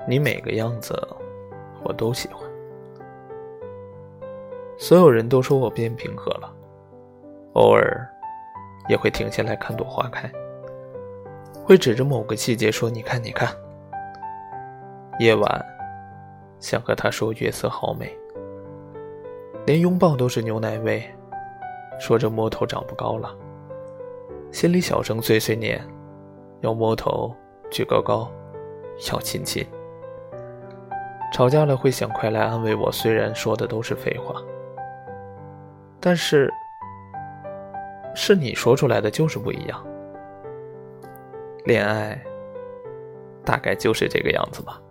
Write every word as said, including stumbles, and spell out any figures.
你每个样子我都喜欢。所有人都说我变平和了，偶尔也会停下来看朵花开，会指着某个细节说你看你看。夜晚想和他说月色好美，连拥抱都是牛奶味，说着摸头长不高了，心里小声碎碎念，要摸头，举高高，要亲亲。吵架了会想快来安慰我，虽然说的都是废话，但是是你说出来的就是不一样。恋爱大概就是这个样子吧。